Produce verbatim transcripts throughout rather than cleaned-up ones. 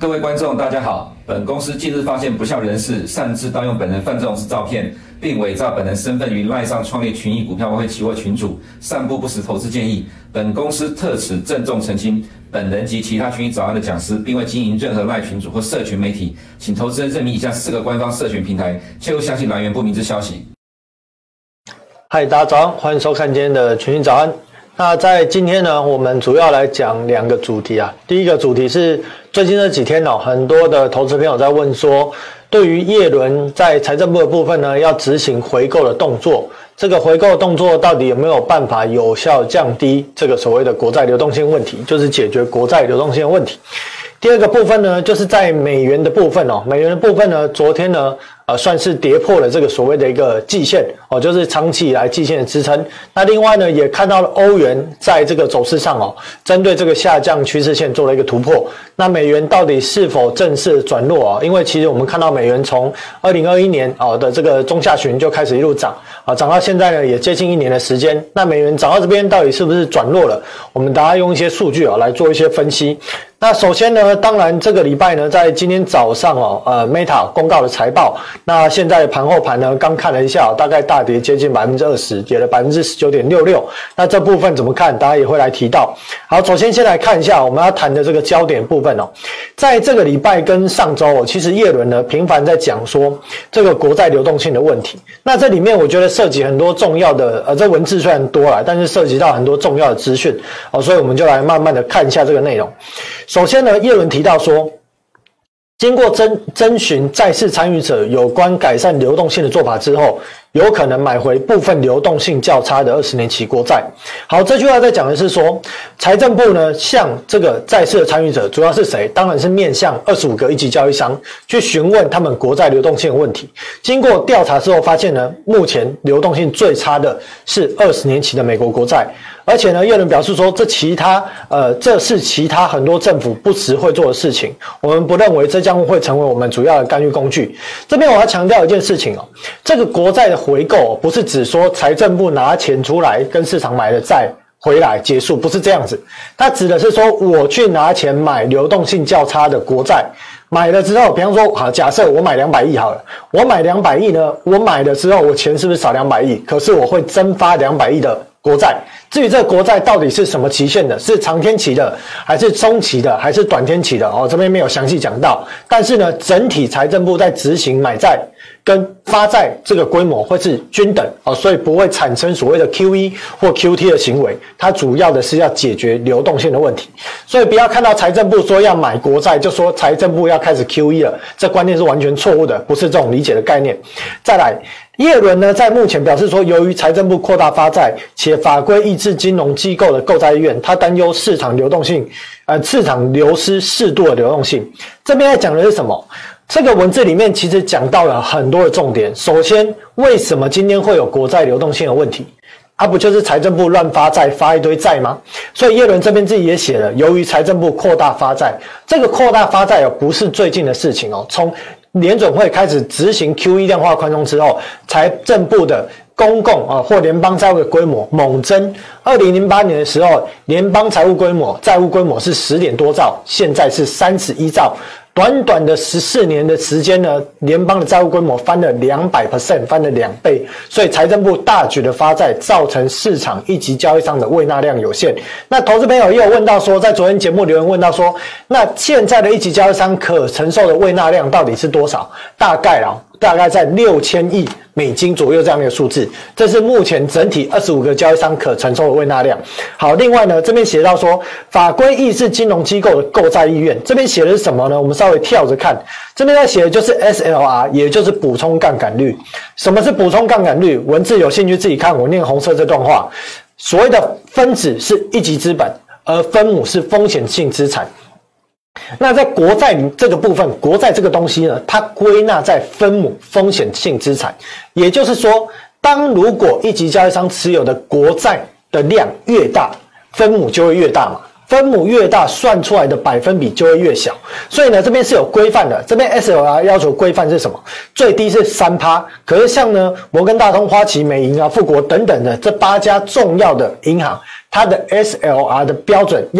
各位观众，大家好。本公司近日发现不肖人士擅自盗用本人范仲式照片，并伪造本人身份于赖上创立群益股票外汇期货群组，散布不实投资建议。本公司特此郑重澄清，本人及其他群益早安的讲师，并未经营任何赖群组或社群媒体，请投资人认明以下四个官方社群平台，切勿相信来源不明之消息。 嗨，大家早安，欢迎收看今天的群益早安。那在今天呢，我们主要来讲两个主题啊。第一个主题是最近这几天哦，很多的投资朋友在问说，对于叶伦在财政部的部分呢，要执行回购的动作，这个回购动作到底有没有办法有效降低这个所谓的国债流动性问题，就是解决国债流动性的问题。第二个部分呢，就是在美元的部分哦，美元的部分呢，昨天呢，呃，算是跌破了这个所谓的一个季线哦，就是长期以来季线的支撑。那另外呢，也看到了欧元在这个走势上哦，针对这个下降趋势线做了一个突破。那美元到底是否正式转弱啊？因为其实我们看到美元从二零二一年哦的这个中下旬就开始一路涨啊，涨到现在呢，也接近一年的时间。那美元涨到这边到底是不是转弱了？我们大家用一些数据啊来做一些分析。那首先呢，当然这个礼拜呢，在今天早上哦，呃 ，Meta 公告的财报，那现在盘后盘呢，刚看了一下，大概大跌接近百分之二十，跌了百分之十九点六六。那这部分怎么看？大家也会来提到。好，首先先来看一下我们要谈的这个焦点部分哦，在这个礼拜跟上周哦，其实叶伦呢频繁在讲说这个国债流动性的问题。那这里面我觉得涉及很多重要的，呃，这文字虽然多啦，但是涉及到很多重要的资讯哦，所以我们就来慢慢的看一下这个内容。首先呢，叶伦提到说，经过征征询债市参与者有关改善流动性的做法之后，有可能买回部分流动性较差的二十年期国债。好，这句话在讲的是说，财政部呢向这个债市的参与者，主要是谁？当然是面向二十五个一级交易商去询问他们国债流动性的问题。经过调查之后发现呢，目前流动性最差的是二十年期的美国国债。而且呢，叶伦表示说，这其他呃，这是其他很多政府不时会做的事情，我们不认为这将会成为我们主要的干预工具。这边我要强调一件事情哦，这个国债的回购不是指说财政部拿钱出来跟市场买的债回来结束，不是这样子。它指的是说，我去拿钱买流动性较差的国债。买了之后，比方说，好，假设我买两百亿好了，我买两百亿呢，我买了之后，我钱是不是少两百亿？可是我会增发两百亿的国债。至于这个国债到底是什么期限的，是长天期的，还是中期的，还是短天期的？哦，这边没有详细讲到。但是呢，整体财政部在执行买债跟发债这个规模会是均等哦，所以不会产生所谓的 Q E 或 Q T 的行为。它主要的是要解决流动性的问题，所以不要看到财政部说要买国债，就说财政部要开始 Q E 了，这观念是完全错误的，不是这种理解的概念。再来。叶伦呢，在目前表示说，由于财政部扩大发债，且法规抑制金融机构的购债意愿，他担忧市场流动性，呃，市场流失适度的流动性。这边在讲的是什么？这个文字里面其实讲到了很多的重点。首先，为什么今天会有国债流动性的问题？啊，不就是财政部乱发债，发一堆债吗？所以叶伦这边自己也写了，由于财政部扩大发债，这个扩大发债哦，不是最近的事情哦，从联准会开始执行 Q E 量化宽松之后，财政部的公共啊或联邦债务的规模猛增。二零零八年的时候，联邦财务规模债务规模是十点多兆，现在是三十一兆。短短的十四年的时间呢，联邦的债务规模翻了 百分之两百， 翻了两倍，所以财政部大举的发债，造成市场一级交易商的未纳量有限。那投资朋友也有问到说，在昨天节目留言问到说，那现在的一级交易商可承受的未纳量到底是多少？大概啊，大概在六千亿美金左右这样的一个数字，这是目前整体二十五个交易商可承受的未纳量。好，另外呢，这边写到说，法规抑制金融机构的购债意愿，这边写的是什么呢？我们稍微跳着看，这边在写的就是 S L R， 也就是补充杠杆率。什么是补充杠杆率？文字有兴趣自己看，我念红色这段话。所谓的分子是一级资本，而分母是风险性资产。那在国债这个部分，国债这个东西呢，它归纳在分母风险性资产，也就是说，当如果一级交易商持有的国债的量越大，分母就会越大嘛。分母越大，算出来的百分比就会越小。所以呢，这边是有规范的。这边 S L R 要求规范是什么？最低是 百分之三。可是像呢，摩根大通、花旗、美银啊、富国等等的这八家重要的银行，它的 S L R 的标准要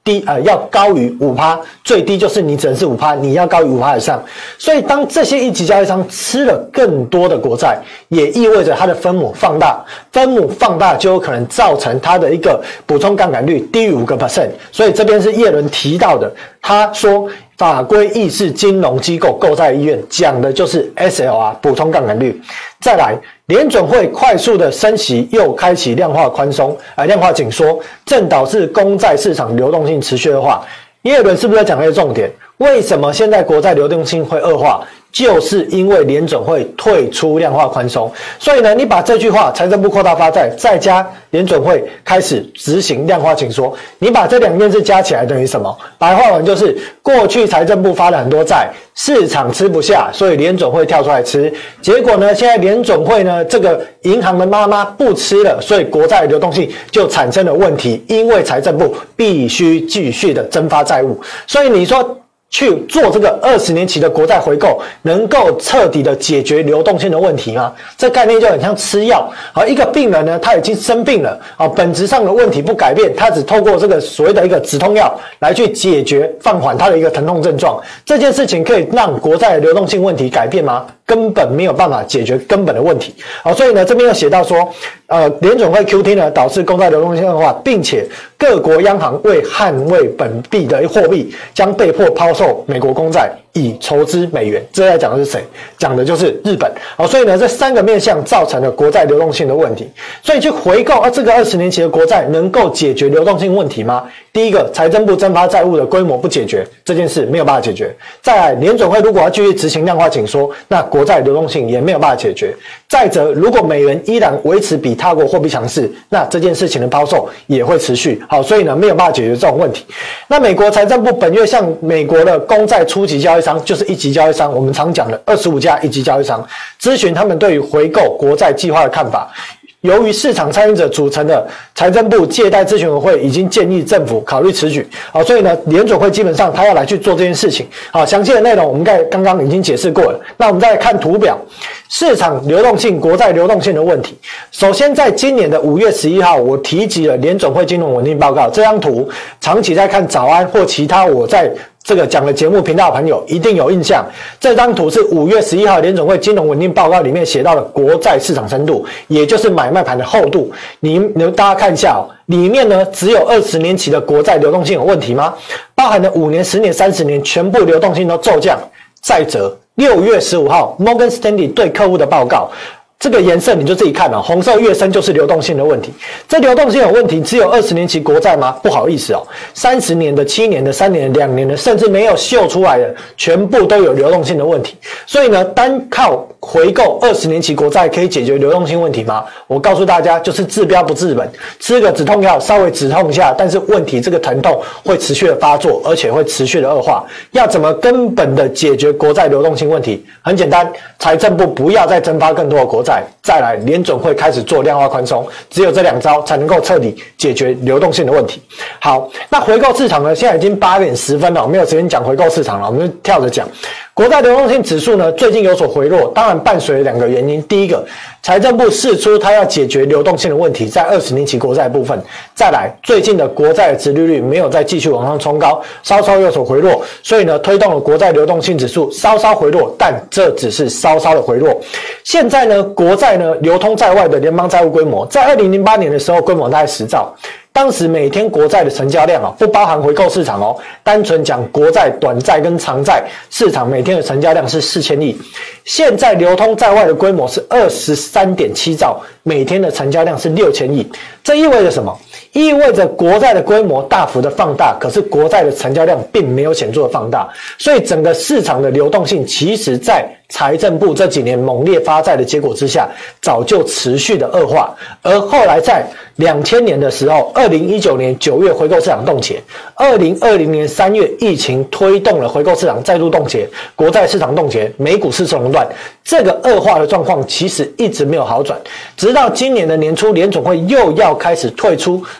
低呃要高于 百分之五， 最低就是你只能是 百分之五， 你要高于 百分之五 以上。所以当这些一级交易商吃了更多的国债，也意味着它的分母放大，分母放大就有可能造成它的一个补充杠杆率低于 百分之五。 所以这边是叶伦提到的，他说法规抑制金融机构购债意愿，讲的就是 S L R 补充杠杆率。再来，联准会快速的升息，又开启量化宽松，呃，量化紧缩，正导致公债市场流动性持续恶化。耶伦是不是在讲一个重点？为什么现在国债流动性会恶化？就是因为联准会退出量化宽松，所以呢，你把这句话财政部扩大发债，再加联准会开始执行量化紧缩，你把这两件事加起来等于什么？白话文就是过去财政部发了很多债，市场吃不下，所以联准会跳出来吃。结果呢，现在联准会呢，这个银行的妈妈不吃了，所以国债流动性就产生了问题，因为财政部必须继续的增发债务。所以你说去做这个二十年期的国债回购，能够彻底的解决流动性的问题吗？这概念就很像吃药。好，一个病人呢，他已经生病了，啊，本质上的问题不改变，他只透过这个所谓的一个止痛药来去解决、放缓他的一个疼痛症状。这件事情可以让国债的流动性问题改变吗？根本没有办法解决根本的问题。好，所以呢，这边又写到说，呃，联准会 Q T 呢导致公债流动性恶化，并且各国央行为捍卫本币的货币，将被迫抛售美国公债以筹资美元。这在讲的是谁？讲的就是日本。好，所以呢，这三个面向造成了国债流动性的问题。所以去回购啊，这个二十年期的国债能够解决流动性问题吗？第一个，财政部增发债务的规模不解决，这件事没有办法解决。再来，联准会如果要继续执行量化紧缩，那国债流动性也没有办法解决。再者，如果美元依然维持比他国货币强势，那这件事情的抛售也会持续。好，所以呢，没有办法解决这种问题。那美国财政部本月向美国的公债初级交易商，就是一级交易商，我们常讲的二十五家一级交易商，咨询他们对于回购国债计划的看法。由于市场参与者组成的财政部借贷咨询委员会已经建议政府考虑此举，好，所以呢，联准会基本上他要来去做这件事情。好，详细的内容我们刚刚刚已经解释过了。那我们再来看图表，市场流动性、国债流动性的问题。首先，在今年的五月十一号，我提及了联准会金融稳定报告这张图，长期在看早安或其他我在这个讲的节目频道的朋友一定有印象，这张图是五月十一号联准会金融稳定报告里面写到的国债市场深度，也就是买卖盘的厚度。你你们大家看一下哦，里面呢只有二十年期的国债流动性有问题吗？包含了五年、十年、三十年，全部流动性都骤降。再者，六月十五号 Morgan Stanley 对客户的报告。这个颜色你就自己看了，红色越深就是流动性的问题。这流动性有问题，只有二十年期国债吗？不好意思哦，三十年的、七年的、三年的、两年的，甚至没有秀出来的，全部都有流动性的问题。所以呢，单靠回购二十年期国债可以解决流动性问题吗？我告诉大家，就是治标不治本，吃个止痛药稍微止痛一下，但是问题这个疼痛会持续的发作，而且会持续的恶化。要怎么根本的解决国债流动性问题？很简单，财政部不要再增发更多的国债。再来，联准会开始做量化宽松，只有这两招才能够彻底解决流动性的问题。好，那回购市场呢？现在已经八点十分了，我没有时间讲回购市场了，我们就跳着讲。国债流动性指数呢，最近有所回落，当然伴随两个原因。第一个，财政部释出它要解决流动性的问题，在二十年期国债部分。再来，最近的国债的殖利率没有再继续往上冲高，稍稍有所回落，所以呢，推动了国债流动性指数稍稍回落，但这只是稍稍的回落。现在呢，国债呢流通在外的联邦债务规模，在二零零八年的时候规模大概十兆。当时每天国债的成交量啊，不包含回购市场哦，单纯讲国债、短债跟长债市场每天的成交量是四千亿。现在流通在外的规模是二十三点七兆，每天的成交量是六千亿。这意味着什么？意味着国债的规模大幅的放大，可是国债的成交量并没有显著的放大，所以整个市场的流动性其实在财政部这几年猛烈发债的结果之下，早就持续的恶化。而后来在两千年的时候，二零一九年九月回购市场冻结，二零二零年三月疫情推动了回购市场再度冻结，国债市场冻结，美股市场垄断，这个恶化的状况其实一直没有好转，直到今年的年初，联准会又要开始退出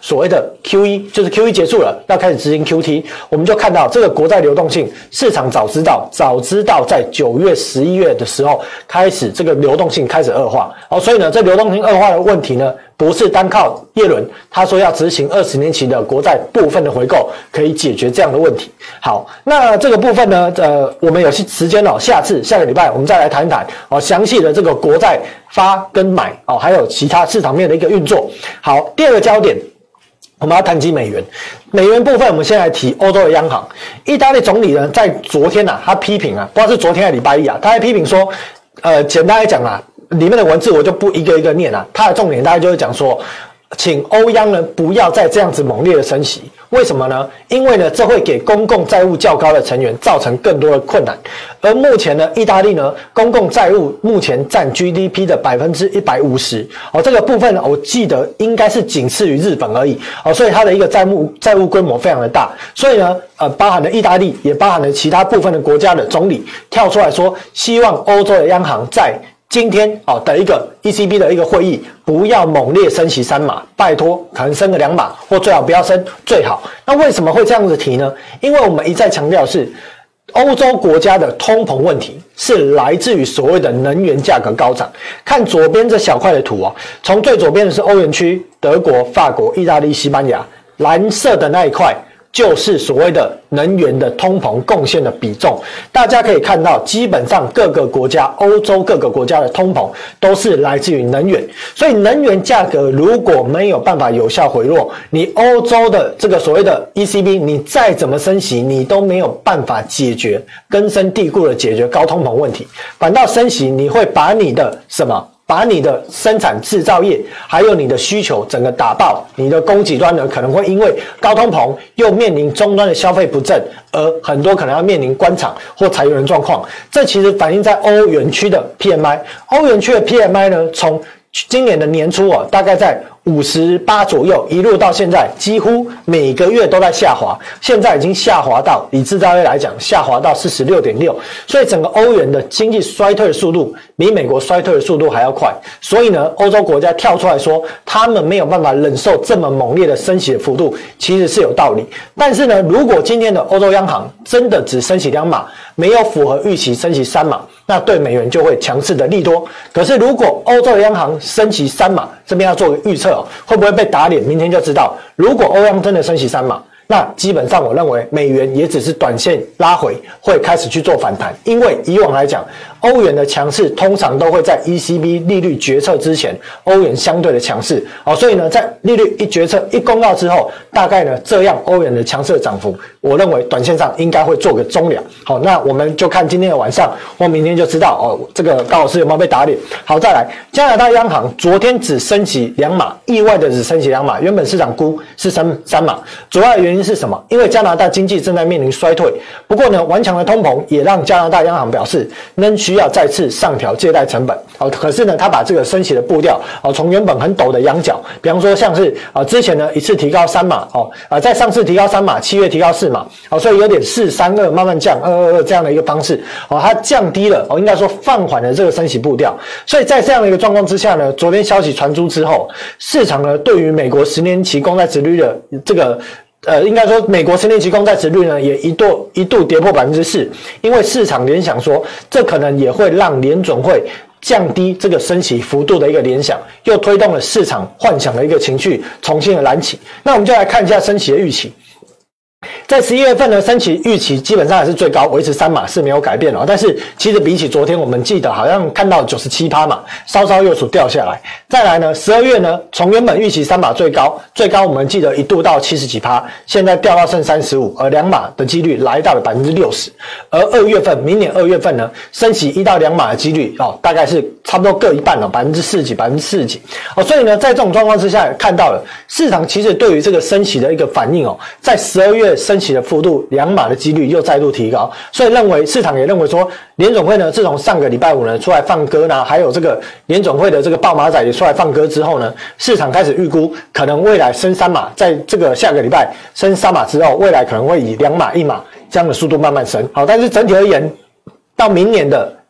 所谓的 Q E， 就是 Q E 结束了，要开始执行 Q T， 我们就看到这个国债流动性，市场早知道，早知道在九月、十一月的时候开始这个流动性开始恶化，哦，所以呢，这流动性恶化的问题呢，不是单靠耶伦他说要执行二十年期的国债部分的回购可以解决这样的问题。好，那这个部分呢，呃，我们有时间哦，下次下个礼拜我们再来谈一谈哦，详细的这个国债发跟买哦，还有其他市场面的一个运作。好，第二个焦点，我们要谈及美元。美元部分，我们先来提欧洲的央行。意大利总理呢，在昨天啊，他批评啊，不知道是昨天还是礼拜一啊，他还批评说，呃，简单来讲啊，里面的文字我就不一个一个念啊，他的重点大概就是讲说，请欧央呢不要再这样子猛烈的升息。为什么呢？因为呢，这会给公共债务较高的成员造成更多的困难。而目前呢，意大利呢，公共债务目前占 G D P 的百分之一百五十，哦，这个部分呢，我记得应该是仅次于日本而已，哦，所以它的一个债务债务规模非常的大。所以呢，呃，包含了意大利，也包含了其他部分的国家的总理跳出来说，希望欧洲的央行在今天哦的一个 E C B 的一个会议，不要猛烈升息三码，拜托，可能升个两码，或最好不要升最好。那为什么会这样子提呢？因为我们一再强调的是，欧洲国家的通膨问题是来自于所谓的能源价格高涨。看左边这小块的图哦，从最左边的是欧元区，德国、法国、意大利、西班牙，蓝色的那一块就是所谓的能源的通膨贡献的比重。大家可以看到，基本上各个国家，欧洲各个国家的通膨都是来自于能源。所以能源价格如果没有办法有效回落，你欧洲的这个所谓的 E C B， 你再怎么升息，你都没有办法解决根深蒂固的解决高通膨问题。反倒升息，你会把你的什么？把你的生产制造业还有你的需求整个打爆，你的供给端呢可能会因为高通膨又面临终端的消费不振，而很多可能要面临关厂或裁员的状况。这其实反映在欧元区的 P M I， 欧元区的 P M I 呢，从今年的年初啊，大概在五十八左右，一路到现在，几乎每个月都在下滑，现在已经下滑到以制造业来讲，下滑到 四十六点六， 所以整个欧元的经济衰退的速度比美国衰退的速度还要快。所以呢，欧洲国家跳出来说，他们没有办法忍受这么猛烈的升息的幅度，其实是有道理。但是呢，如果今天的欧洲央行真的只升息两码，没有符合预期升息三码，那对美元就会强势的利多。可是如果欧洲央行升息三码，这边要做个预测哦，会不会被打脸？明天就知道。如果欧央真的升息三码，那基本上我认为美元也只是短线拉回，会开始去做反弹。因为以往来讲，欧元的强势通常都会在 E C B 利率决策之前，欧元相对的强势。好，所以呢，在利率一决策一公告之后，大概呢这样欧元的强势的涨幅，我认为短线上应该会做个中量。好，那我们就看今天的晚上或明天就知道哦，这个高老师有没有被打脸。好，再来，加拿大央行昨天只升息两码，意外的只升息两码，原本市场估是升三码，主要的原因是什么？因为加拿大经济正在面临衰退，不过呢，顽强的通膨也让加拿大央行表示，仍需要再次上调借贷成本。好，可是呢，他把这个升息的步调，哦，从原本很陡的仰角，比方说像是啊之前呢一次提高三码，哦啊在上次提高三码，七月提高四码，哦，所以有点四三二慢慢降，二二二这样的一个方式，哦，它降低了，哦，应该说放缓了这个升息步调。所以在这样的一个状况之下呢，昨天消息传出之后，市场呢对于美国十年期公债殖利率的这个。呃，应该说，美国十年期公债殖率呢，也一度一度跌破百分之四，因为市场联想说，这可能也会让联准会降低这个升息幅度的一个联想，又推动了市场幻想的一个情绪重新的燃起。那我们就来看一下升息的预期。在十一月份呢，升息预期基本上还是最高，维持三码是没有改变了。但是其实比起昨天，我们记得好像看到 百分之九十七 嘛，稍稍有所掉下来。再来呢，十二月呢，从原本预期三码最高，最高我们记得一度到七十几趴，现在掉到剩三十五，而两码的几率来到了 百分之六十。而二月份，明年二月份呢，升息一到两码的几率哦，大概是差不多各一半了，百分之四十几，百分之四十几。哦，所以呢，在这种状况之下，看到了市场其实对于这个升息的一个反应哦，在十二月升息的幅度两码的几率又再度提高，所以认为市场也认为说，联准会呢自从上个礼拜五呢出来放歌呢，还有这个联准会的这个爆马仔也出来放歌之后呢，市场开始预估可能未来升三码，在这个下个礼拜升三码之后，未来可能会以两码一码这样的速度慢慢升。好，但是整体而言，到明年的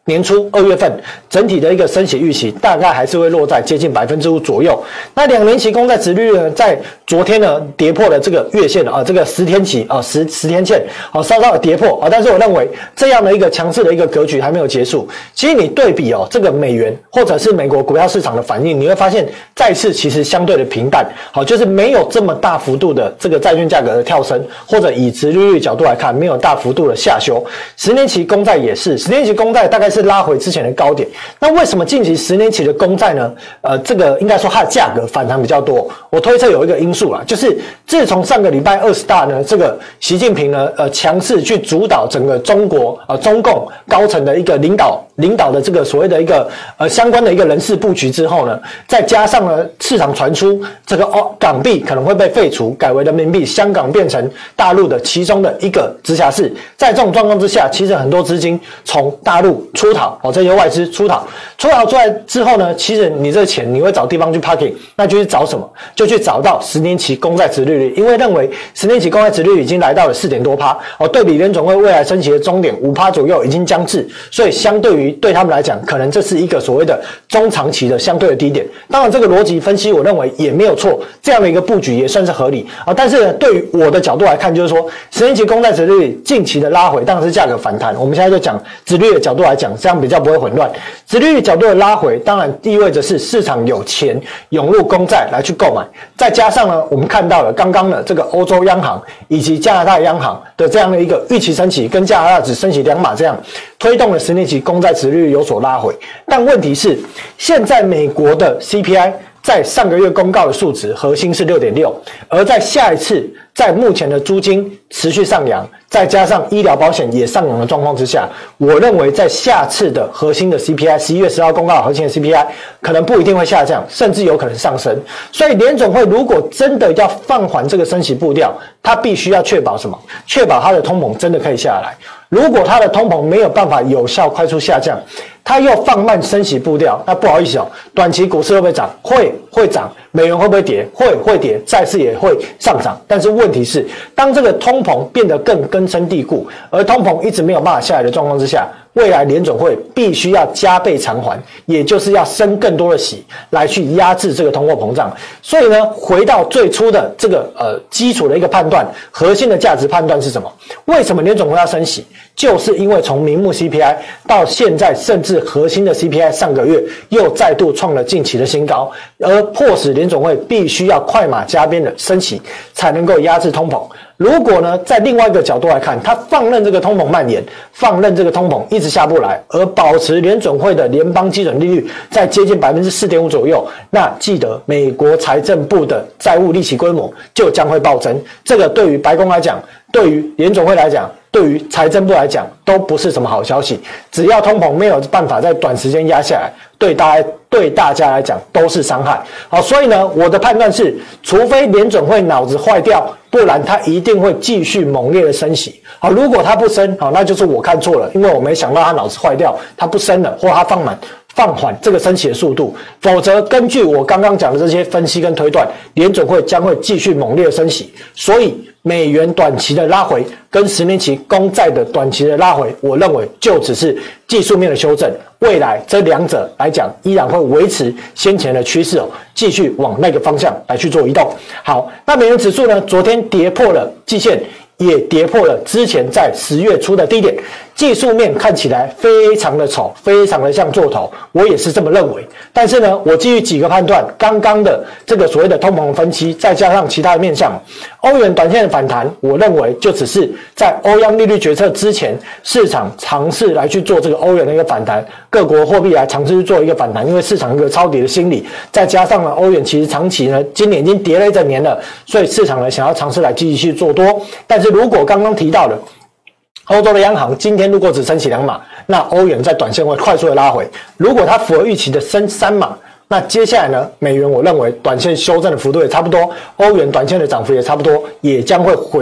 年初二月份整体的一个升息预期大概还是会落在接近百分之五左右。那两年期公债殖利率呢，在昨天呢跌破了这个月线啊，这个十天期啊十十天线啊稍稍的跌破啊，但是我认为这样的一个强势的一个格局还没有结束。其实你对比哦这个美元或者是美国股票市场的反应，你会发现债市其实相对的平淡，好，就是没有这么大幅度的这个债券价格的跳升，或者以殖利率角度来看，没有大幅度的下修。十年期公债也是，十年期公债大概是拉回之前的高点。那为什么近期十年期的公债呢？呃，这个应该说它的价格反弹比较多。我推测有一个因素啦，就是自从上个礼拜二十大呢，这个习近平呢，呃，强势去主导整个中国呃中共高层的一个领导领导的这个所谓的一个呃相关的一个人事布局之后呢，再加上呢市场传出这个哦港币可能会被废除，改为人民币，香港变成大陆的其中的一个直辖市。在这种状况之下，其实很多资金从大陆出逃。哦，这些外资出逃，出逃出来之后呢，其实你这钱你会找地方去 parking， 那就去找什么？就去找到十年期公债殖利率，因为认为十年期公债殖利率已经来到了四点多趴，哦，对比联准会未来升息的终点五趴左右已经将至，所以相对于对他们来讲，可能这是一个所谓的中长期的相对的低点。当然，这个逻辑分析我认为也没有错，这样的一个布局也算是合理啊。但是呢，对于我的角度来看，就是说十年期公债殖利率近期的拉回，当然是价格反弹。我们现在就讲殖利率的角度来讲，这样比较不会混乱。殖利率角度的拉回，当然意味着是市场有钱涌入公债来去购买，再加上呢，我们看到了刚刚的这个欧洲央行以及加拿大央行的这样的一个预期升息，跟加拿大只升息两码，这样推动了十年期公债殖利率有所拉回。但问题是，现在美国的 C P I 在上个月公告的数值核心是 六点六， 而在下一次在目前的租金持续上扬，再加上医疗保险也上扬的状况之下，我认为在下次的核心的 C P I 十一月十号公告的核心的 C P I 可能不一定会下降，甚至有可能上升。所以联准会如果真的要放缓这个升息步调，它必须要确保什么？确保它的通膨真的可以下来。如果它的通膨没有办法有效快速下降，它又放慢升息步调，那不好意思哦，短期股市会不会涨？会，会涨。美元会不会跌？会，会跌。债市也会上涨。但是问题是，当这个通膨变得更根深蒂固，而通膨一直没有办法下来的状况之下，未来联准会必须要加倍偿还，也就是要升更多的息来去压制这个通货膨胀。所以呢，回到最初的这个呃基础的一个判断，核心的价值判断是什么？为什么联准会要升息？就是因为从名目 C P I 到现在，甚至核心的 C P I 上个月又再度创了近期的新高，而迫使联准会必须要快马加鞭的升息，才能够压制通膨。如果呢，在另外一个角度来看，他放任这个通膨蔓延，放任这个通膨一直下不来，而保持联准会的联邦基准利率在接近 百分之四点五 左右，那记得美国财政部的债务利息规模就将会暴增。这个对于白宫来讲，对于联准会来讲，对于财政部来讲，都不是什么好消息。只要通膨没有办法在短时间压下来，对大家对大家来讲都是伤害。好，所以呢，我的判断是，除非联准会脑子坏掉，不然他一定会继续猛烈的升息。好，如果他不升，好，那就是我看错了，因为我没想到他脑子坏掉，他不升了，或他放满。放缓这个升息的速度，否则根据我刚刚讲的这些分析跟推断，联准会将会继续猛烈的升息，所以美元短期的拉回跟十年期公债的短期的拉回，我认为就只是技术面的修正，未来这两者来讲依然会维持先前的趋势哦，继续往那个方向来去做移动。好，那美元指数呢，昨天跌破了季线，也跌破了之前在十月初的低点，技术面看起来非常的丑，非常的像做头，我也是这么认为。但是呢，我基于几个判断，刚刚的这个所谓的通膨分析，再加上其他的面向，欧元短线的反弹，我认为就只是在欧央利率决策之前，市场尝试来去做这个欧元的一个反弹，各国货币来尝试去做一个反弹，因为市场一个超跌的心理，再加上了欧元其实长期呢，今年已经跌了一整年了，所以市场呢想要尝试来继续做多。但是如果刚刚提到的欧洲的央行今天如果只升息两码，那欧元在短线会快速的拉回。如果它符合预期的升三码，那接下来呢，美元我认为短线修正的幅度也差不多，欧元短线的涨幅也差不多，也将会回到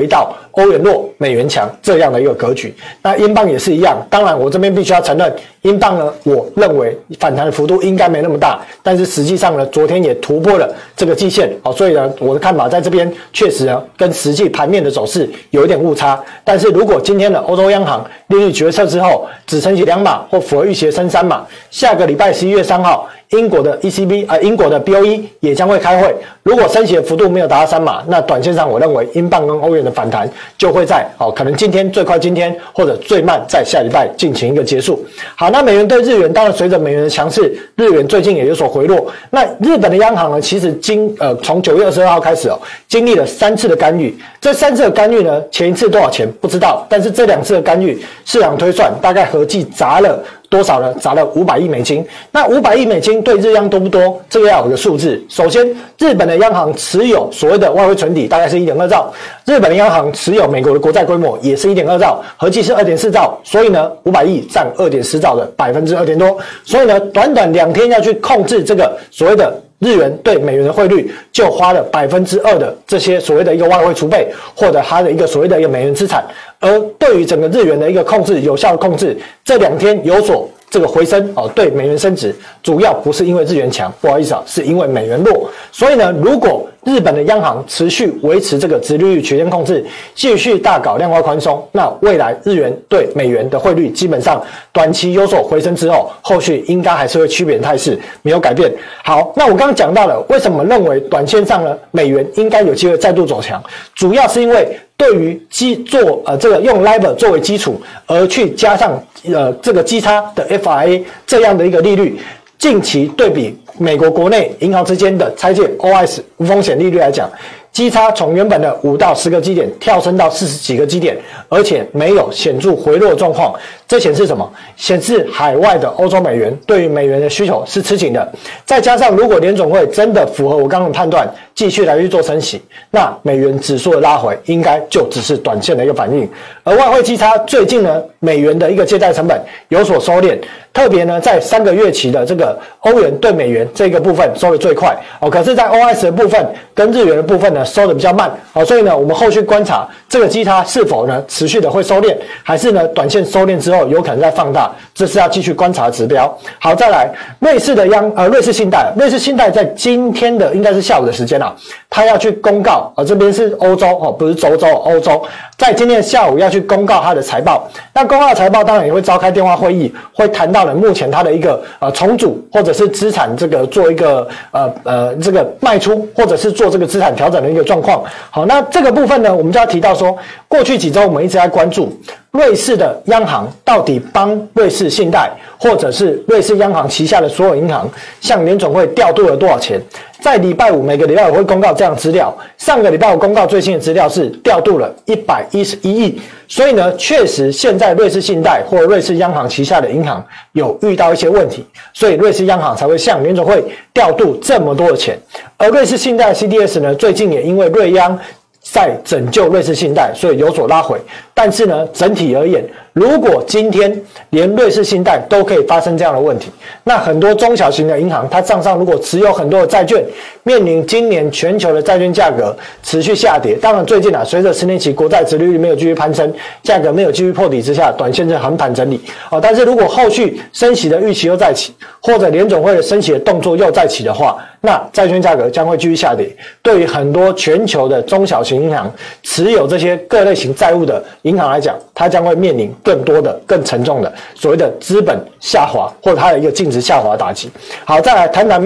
欧元弱美元强这样的一个格局。那英镑也是一样，当然我这边必须要承认，英镑呢，我认为反弹的幅度应该没那么大，但是实际上呢，昨天也突破了这个季线，好，所以呢，我的看法在这边确实呢，跟实际盘面的走势有一点误差。但是如果今天的欧洲央行利率决策之后只升息两码或符合预期的升三码，下个礼拜十一月三号。英国的 E C B 呃，英国的 B O E 也将会开会。如果升息的幅度没有达到三码，那短线上我认为英镑跟欧元的反弹就会在哦，可能今天最快今天或者最慢在下礼拜进行一个结束。好，那美元对日元，当然随着美元的强势，日元最近也有所回落。那日本的央行呢，其实经呃从九月二十二号开始哦，经历了三次的干预。这三次的干预呢，前一次多少钱不知道，但是这两次的干预，市场推算大概合计砸了。多少呢？砸了五百亿美金。那五百亿美金对日央多不多？这个要有个数字。首先，日本的央行持有所谓的外汇存底大概是 一点二兆，日本的央行持有美国的国债规模也是 一点二兆，合计是 二点四兆。所以呢，五百亿占 二点四兆的 百分之二点多。所以呢，短短两天要去控制这个所谓的日元对美元的汇率，就花了 百分之二 的这些所谓的一个外汇储备，或者它的一个所谓的一个美元资产。而对于整个日元的一个控制，有效的控制，这两天有所这个回升哦，对美元升值，主要不是因为日元强，不好意思啊，是因为美元弱。所以呢，如果日本的央行持续维持这个殖利率区间控制，继续大搞量化宽松，那未来日元对美元的汇率基本上短期有所回升之后，后续应该还是会区别态势，没有改变。好，那我刚刚讲到了，为什么认为短线上呢，美元应该有机会再度走强，主要是因为对于基做呃这个用 LIBOR 作为基础，而去加上呃这个基差的 F R A 这样的一个利率，近期对比美国国内银行之间的拆借 O S 无风险利率来讲，基差从原本的五到十个基点跳升到四十几个基点，而且没有显著回落的状况。这显示什么？显示海外的欧洲美元对于美元的需求是吃紧的。再加上如果联总会真的符合我刚刚的判断，继续来去做升息，那美元指数的拉回应该就只是短线的一个反应。而外汇基差最近呢，美元的一个借贷成本有所收敛，特别呢在三个月期的这个欧元对美元这个部分收的最快哦，可是在 O S 的部分跟日元的部分呢收的比较慢哦，所以呢我们后续观察这个基差是否呢持续的会收敛，还是呢短线收敛之后有可能再放大，这是要继续观察的指标。好，再来瑞士的央呃瑞士信贷，瑞士信贷在今天的应该是下午的时间啊，他要去公告啊、呃，这边是欧洲哦，不是周洲，欧洲在今天下午要去公告他的财报。那公告的财报当然也会召开电话会议，会谈到了目前他的一个呃重组或者是资产这个做一个呃呃这个卖出，或者是做这个资产调整的一个状况。好，那这个部分呢，我们就要提到说，过去几周我们一直在关注瑞士的央行到底帮瑞士信贷或者是瑞士央行旗下的所有银行向联总会调度了多少钱。在礼拜五，每个礼拜五会公告这样资料。上个礼拜五公告最新的资料是调度了一百一十一亿，所以呢，确实现在瑞士信贷或瑞士央行旗下的银行有遇到一些问题，所以瑞士央行才会向联总会调度这么多的钱。而瑞士信贷 C D S 呢，最近也因为瑞央在拯救瑞士信贷，所以有所拉回。但是呢，整体而言，如果今天连瑞士信贷都可以发生这样的问题，那很多中小型的银行，它账上如果持有很多的债券，面临今年全球的债券价格持续下跌。当然，最近啊，随着十年期国债殖利率没有继续攀升，价格没有继续破底之下，短线是横盘整理哦。但是如果后续升息的预期又再起，或者联总会的升息的动作又再起的话，那债券价格将会继续下跌。对于很多全球的中小型银行持有这些各类型债务的银行来讲，它将会面临更多的、更沉重的所谓的资本下滑，或者它的一个净值下滑的打击。好，再来谈谈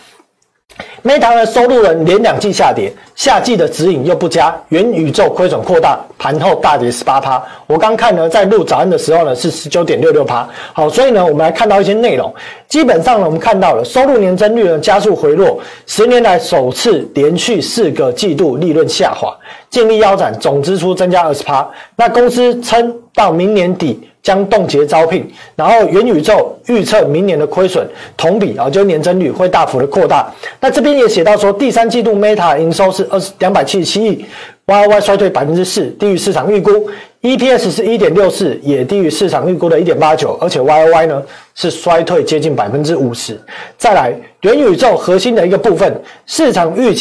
Meta。Meta 的收入呢连两季下跌，夏季的指引又不佳，元宇宙亏损扩大，盘后大跌 百分之十八。我刚看呢，在录早安的时候呢是 百分之十九点六六。好，所以呢我们来看到一些内容，基本上呢我们看到了收入年增率呢加速回落，十年来首次连续四个季度利润下滑，净利腰斩，总支出增加 百分之二十。那公司称到明年底将冻结招聘，然后元宇宙预测明年的亏损同比啊，就年增率会大幅的扩大。那这边也写到说，第三季度 Meta 营收是两百七十七亿 ，Y O Y 衰退 百分之四， 低于市场预估 ，E P S 是 一点六四， 也低于市场预估的 一点八九， 而且 Y O Y 呢是衰退接近 百分之五十。再来，元宇宙核心的一个部分，市场预期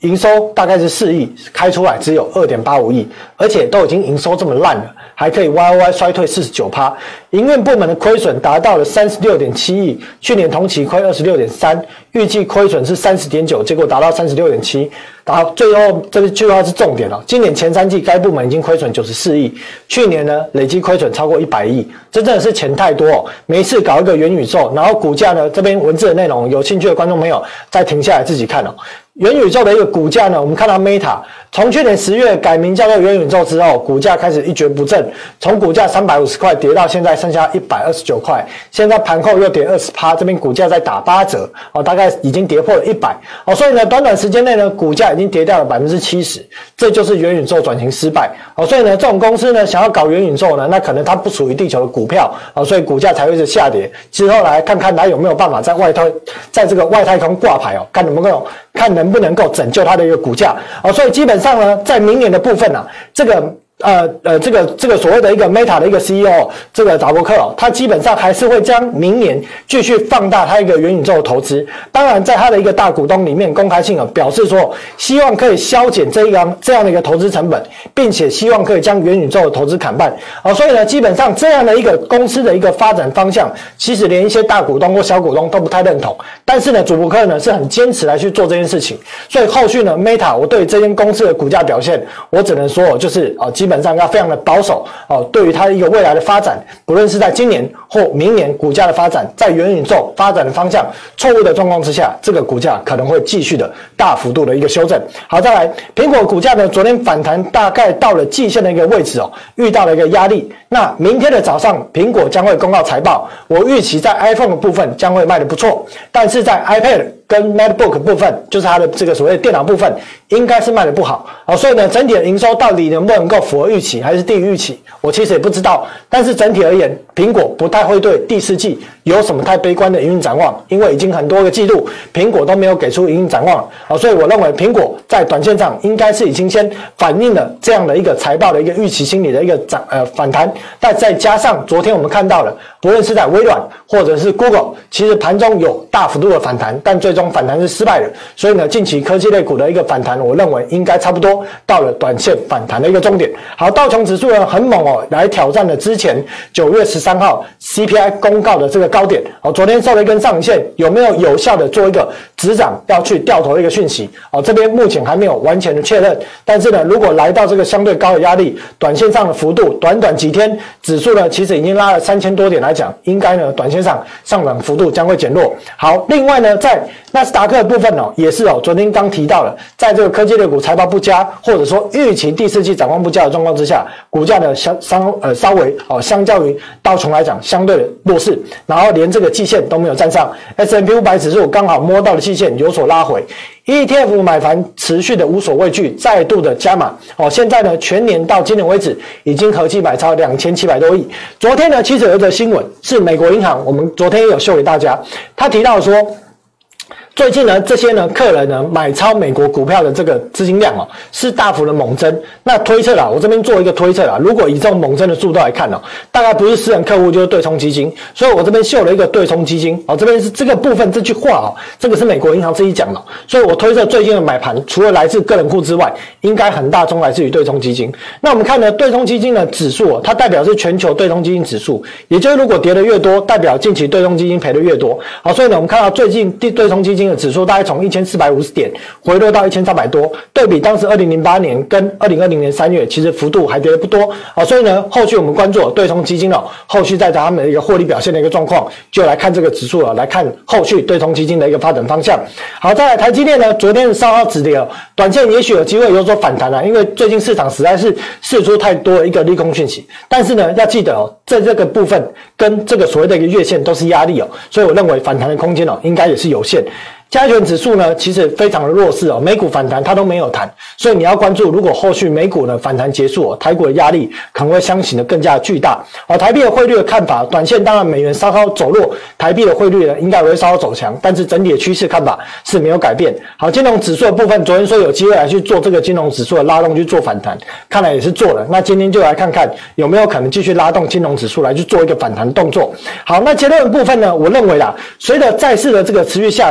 营收大概是四亿，开出来只有 二点八五亿，而且都已经营收这么烂了，还可以 Y O Y 衰退 百分之四十九。营运部门的亏损达到了 三十六点七亿，去年同期亏 二十六点三，预计亏损是 三十点九， 结果达到 三十六点七。然后最后这句话是重点了，今年前三季该部门已经亏损九十四亿，去年呢累计亏损超过一百亿，这真的是钱太多哦。没事搞一个元宇宙，然后股价呢这边文字的内容，有兴趣的观众朋友再停下来自己看哦。元宇宙的一个股价呢，我们看到 Meta 从去年十月改名叫做元宇宙之后，股价开始一蹶不振，从股价三百五十块跌到现在剩下一百二十九块，现在盘后又跌 百分之二十， 这边股价在打八折哦，大概已经跌破了一百哦，所以呢短短时间内呢股价已经跌掉了 百分之七十， 这就是元宇宙转型失败哦，所以呢这种公司呢想要搞元宇宙呢，那可能它不属于地球的股票哦，所以股价才会是下跌。之后来看看它有没有办法在外太在这个外太空挂牌哦，看能不能看能不能够拯救它的一个股价哦，所以基本上呢，在明年的部分啊，这个呃呃，这个这个所谓的一个 Meta 的一个 C E O 这个扎伯克哦，他基本上还是会将明年继续放大他一个元宇宙的投资。当然，在他的一个大股东里面公开性啊表示说，希望可以削减这一个这样的一个投资成本，并且希望可以将元宇宙的投资砍半啊、哦。所以呢，基本上这样的一个公司的一个发展方向，其实连一些大股东或小股东都不太认同。但是呢，祖伯克呢是很坚持来去做这件事情。所以后续呢 ，Meta 我对这间公司的股价表现，我只能说就是啊、哦，基本。基本上要非常的保守哦，对于它一个未来的发展，不论是在今年或明年股价的发展，在元宇宙发展的方向错误的状况之下，这个股价可能会继续的大幅度的一个修正。好，再来，苹果股价呢，昨天反弹大概到了季线的一个位置哦，遇到了一个压力。那明天的早上，苹果将会公告财报，我预期在 iPhone 的部分将会卖得不错，但是在 iPad 跟 MacBook 部分，就是它的这个所谓的电脑部分，应该是卖得不好哦，所以呢，整体的营收到底能不能够符合预期，还是低于预期，我其实也不知道。但是整体而言，苹果不太会对第四季有什么太悲观的营运展望，因为已经很多个季度苹果都没有给出营运展望了哦，所以我认为苹果在短线上应该是已经先反映了这样的一个财报的一个预期心理的一个涨呃反弹，但再加上昨天我们看到了，不论是在微软或者是 Google， 其实盘中有大幅度的反弹，但最终反弹是失败的。所以呢，近期科技类股的一个反弹，我认为应该差不多到了短线反弹的一个终点。好，道琼指数呢很猛哦，来挑战了之前九月十三号 C P I 公告的这个高点。哦，昨天收了一根上影线，有没有有效的做一个止涨要去掉头的一个讯息？哦，这边目前还没有完全的确认。但是呢，如果来到这个相对高的压力，短线上的幅度，短短几天指数呢其实已经拉了三千多点来讲，应该呢短线上上涨幅度将会减弱。好，另外呢，在纳斯达克的部分哦，也是哦，昨天刚提到了，在这个科技类股财报不佳，或者说预期第四季展望不佳的状况之下，股价呢相稍呃稍微哦，相较于道琼来讲相对的弱势，然后连这个季线都没有站上 ，S and P 五百 指数刚好摸到了季线，有所拉回。E T F 买盘持续的无所畏惧，再度的加码哦。现在呢，全年到今年为止，已经合计买超两千七百多亿。昨天呢，其实有一则新闻是美国银行，我们昨天也有秀给大家，他提到说，最近呢，这些呢客人呢买超美国股票的这个资金量哦，是大幅的猛增。那推测啦，我这边做一个推测啦，如果以这种猛增的速度来看哦，大概不是私人客户就是对冲基金，所以我这边秀了一个对冲基金哦，这边是这个部分这句话哦，这个是美国银行自己讲的，所以我推测最近的买盘除了来自个人户之外，应该很大宗来自于对冲基金。那我们看呢，对冲基金的指数哦，它代表是全球对冲基金指数，也就是如果跌得越多，代表近期对冲基金赔得越多。好，所以呢，我们看到最近对冲基金的指数大概从一千四百五十点回落到一千三百多，对比当时二零零八年跟二零二零年三月，其实幅度还跌得不多。好，所以呢，后续我们关注对冲基金哦，后续再找他们的一个获利表现的一个状况，就来看这个指数了，来看后续对冲基金的一个发展方向。好，再来台积电呢，昨天稍稍止跌哦，短线也许有机会有所反弹啊，因为最近市场实在是释出太多的一个利空讯息。但是呢，要记得哦，在这个部分跟这个所谓的一个月线都是压力哦，所以我认为反弹的空间哦，应该也是有限。加权指数呢，其实非常的弱势哦，美股反弹它都没有弹，所以你要关注，如果后续美股呢反弹结束哦，台股的压力可能会相形的更加巨大哦。台币的汇率的看法，短线当然美元稍稍走弱，台币的汇率呢应该会稍稍走强，但是整体的趋势看法是没有改变。好，金融指数的部分，昨天说有机会来去做这个金融指数的拉动去做反弹，看来也是做了。那今天就来看看有没有可能继续拉动金融指数来去做一个反弹动作。好，那结论的部分呢，我认为啦，随着债市的这个持续下跌，当然。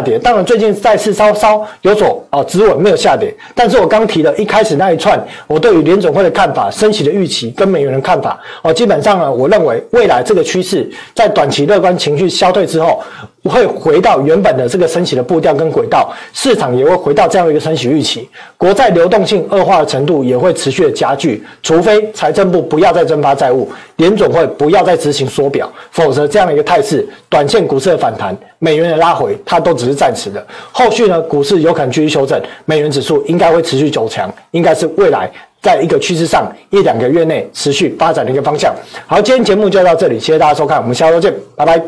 最近再次稍稍有所哦止稳，没有下跌。但是我刚提的一开始那一串，我对于联准会的看法、升息的预期跟美元的看法哦，基本上呢，我认为未来这个趋势在短期乐观情绪消退之后，会回到原本的这个升息的步调跟轨道，市场也会回到这样的一个升息预期，国债流动性恶化的程度也会持续的加剧，除非财政部不要再增发债务，联准会不要再执行缩表，否则这样的一个态势，短线股市的反弹、美元的拉回，它都只是暂时的。后续呢，股市有可能继续修正，美元指数应该会持续走强，应该是未来在一个趋势上一两个月内持续发展的一个方向。好，今天节目就到这里，谢谢大家收看，我们下周见，拜拜。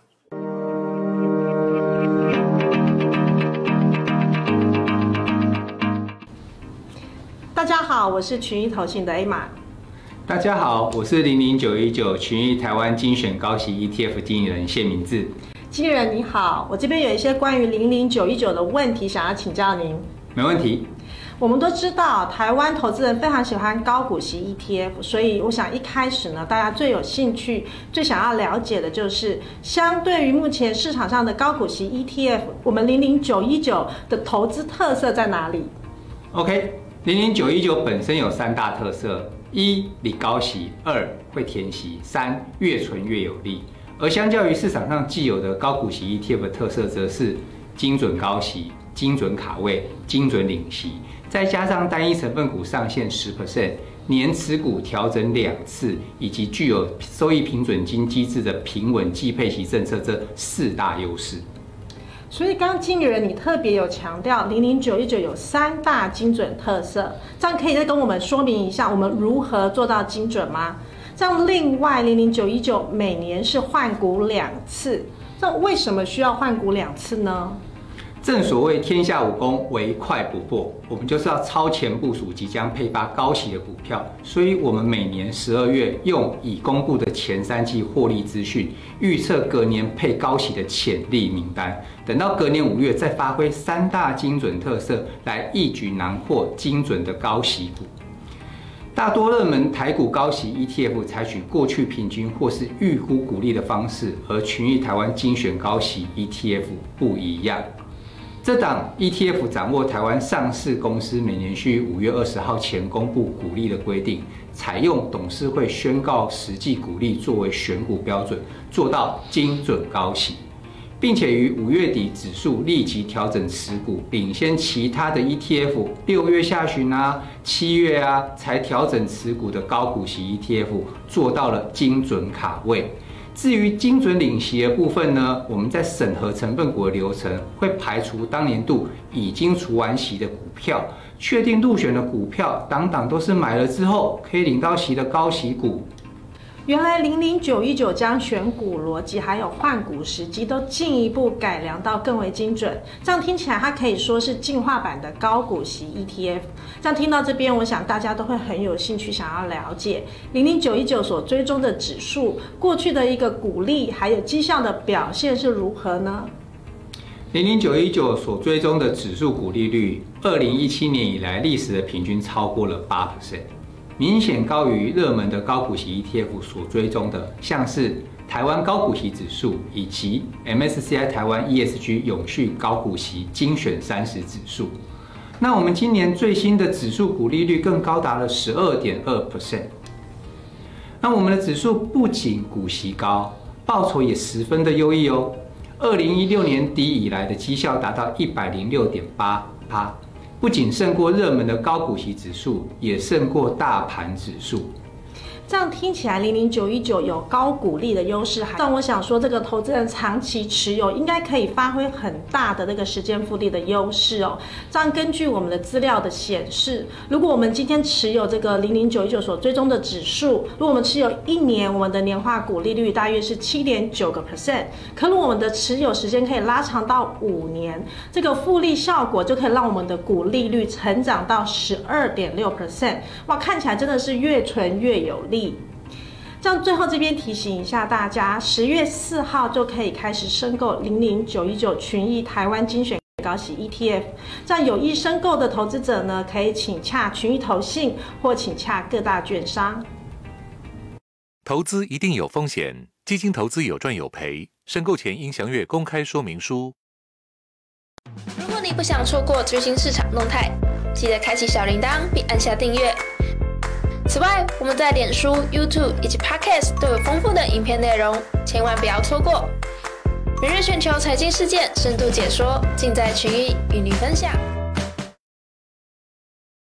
大家好，我是群益投信的 A 玛。 大家好，我是零零九一九群益台湾精选高息 E T F 经理人谢明志。 经理人你好，我这边有一些关于零零九一九的问题想要请教您。 没问题。 我们都知道，台湾投资人非常喜欢高股息 E T F， 所以我想一开始呢，大家最有兴趣、最想要了解的就是，相对于目前市场上的高股息 E T F， 我们零零九一九的投资特色在哪里 ？OK， 零零九一九本身有三大特色：一、领高息；二、会填息；三、越存越有利。而相较于市场上既有的高股息 E T F 的特色，则是精准高息、精准卡位、精准领息。再加上单一成分股上限 百分之十， 年持股调整两次，以及具有收益平准金机制的平稳季配息政策这四大优势。 所以刚刚经理人你特别有强调零零九一九有三大精准特色，这样可以再跟我们说明一下我们如何做到精准吗？这样另外零零九一九每年是换股两次，这为什么需要换股两次呢？ 正所谓天下武功，唯快不破。我们就是要超前部署即将配发高息的股票，所以我们每年十二月用已公布的前三季获利资讯，预测隔年配高息的潜力名单。等到隔年五月，再发挥三大精准特色，来一举囊括精准的高息股。大多热门台股高息 E T F 采取过去平均或是预估股利的方式，而群益台湾精选高息 E T F 不一样。这档 E T F 掌握台湾上市公司每年需于五月二十号前公布股利的规定，采用董事会宣告实际股利作为选股标准，做到精准高息，并且于五月底指数立即调整持股，领先其他的 E T F 六月下旬啊、七月啊才调整持股的高股息 E T F 做到了精准卡位。至于精准领息的部分呢，我们在审核成分股的流程会排除当年度已经除完息的股票，确定入选的股票档档都是买了之后可以领到息的高息股。 原来零零九一九将选股逻辑还有换股时机都进一步改良到更为精准，这样听起来它可以说是进化版的高股息 E T F。这样听到这边，我想大家都会很有兴趣想要了解零零九一九所追踪的指数过去的一个股利还有绩效的表现是如何呢？ 零零九一九所追踪的指数股利率，二零一七年以来历史的平均超过了 百分之八。明显高于热门的高股息 E T F 所追踪的，像是台湾高股息指数以及 M S C I 台湾 E S G 永续高股息精选三十指数。那我们今年最新的指数股利率更高达了 百分之十二点二。那我们的指数不仅股息高，报酬也十分的优异哦。二零一六年底以来的绩效达到 一百零六点八趴。不仅胜过热门的高股息指数，也胜过大盘指数。 这样听起来零零九一九有高股利的优势，但我想说，这个投资人长期持有应该可以发挥很大的那个时间复利的优势哦。这样根据我们的资料的显示，如果我们今天持有这个零零九一九所追踪的指数，如果我们持有一年，我们的年化股利率大约是 百分之七点九。可如果我们的持有时间可以拉长到五年，这个复利效果就可以让我们的股利率成长到 百分之十二点六。哇，看起来真的是越存越有利。这样最后这边提醒一下大家，十月四号就可以开始申购零零九一九群益台湾精选高息 E T F。这样有意申购的投资者呢，可以请洽群益投信或请洽各大券商。 投资一定有风险，基金投资有赚有赔，申购前应详阅公开说明书。 你不想错过最新市场动态，记得开启小铃铛并按下订阅。此外，我们在脸书、YouTube 以及 Podcast 都有丰富的影片内容，千万不要错过。每日全球财经事件深度解说，尽在群益与你分享。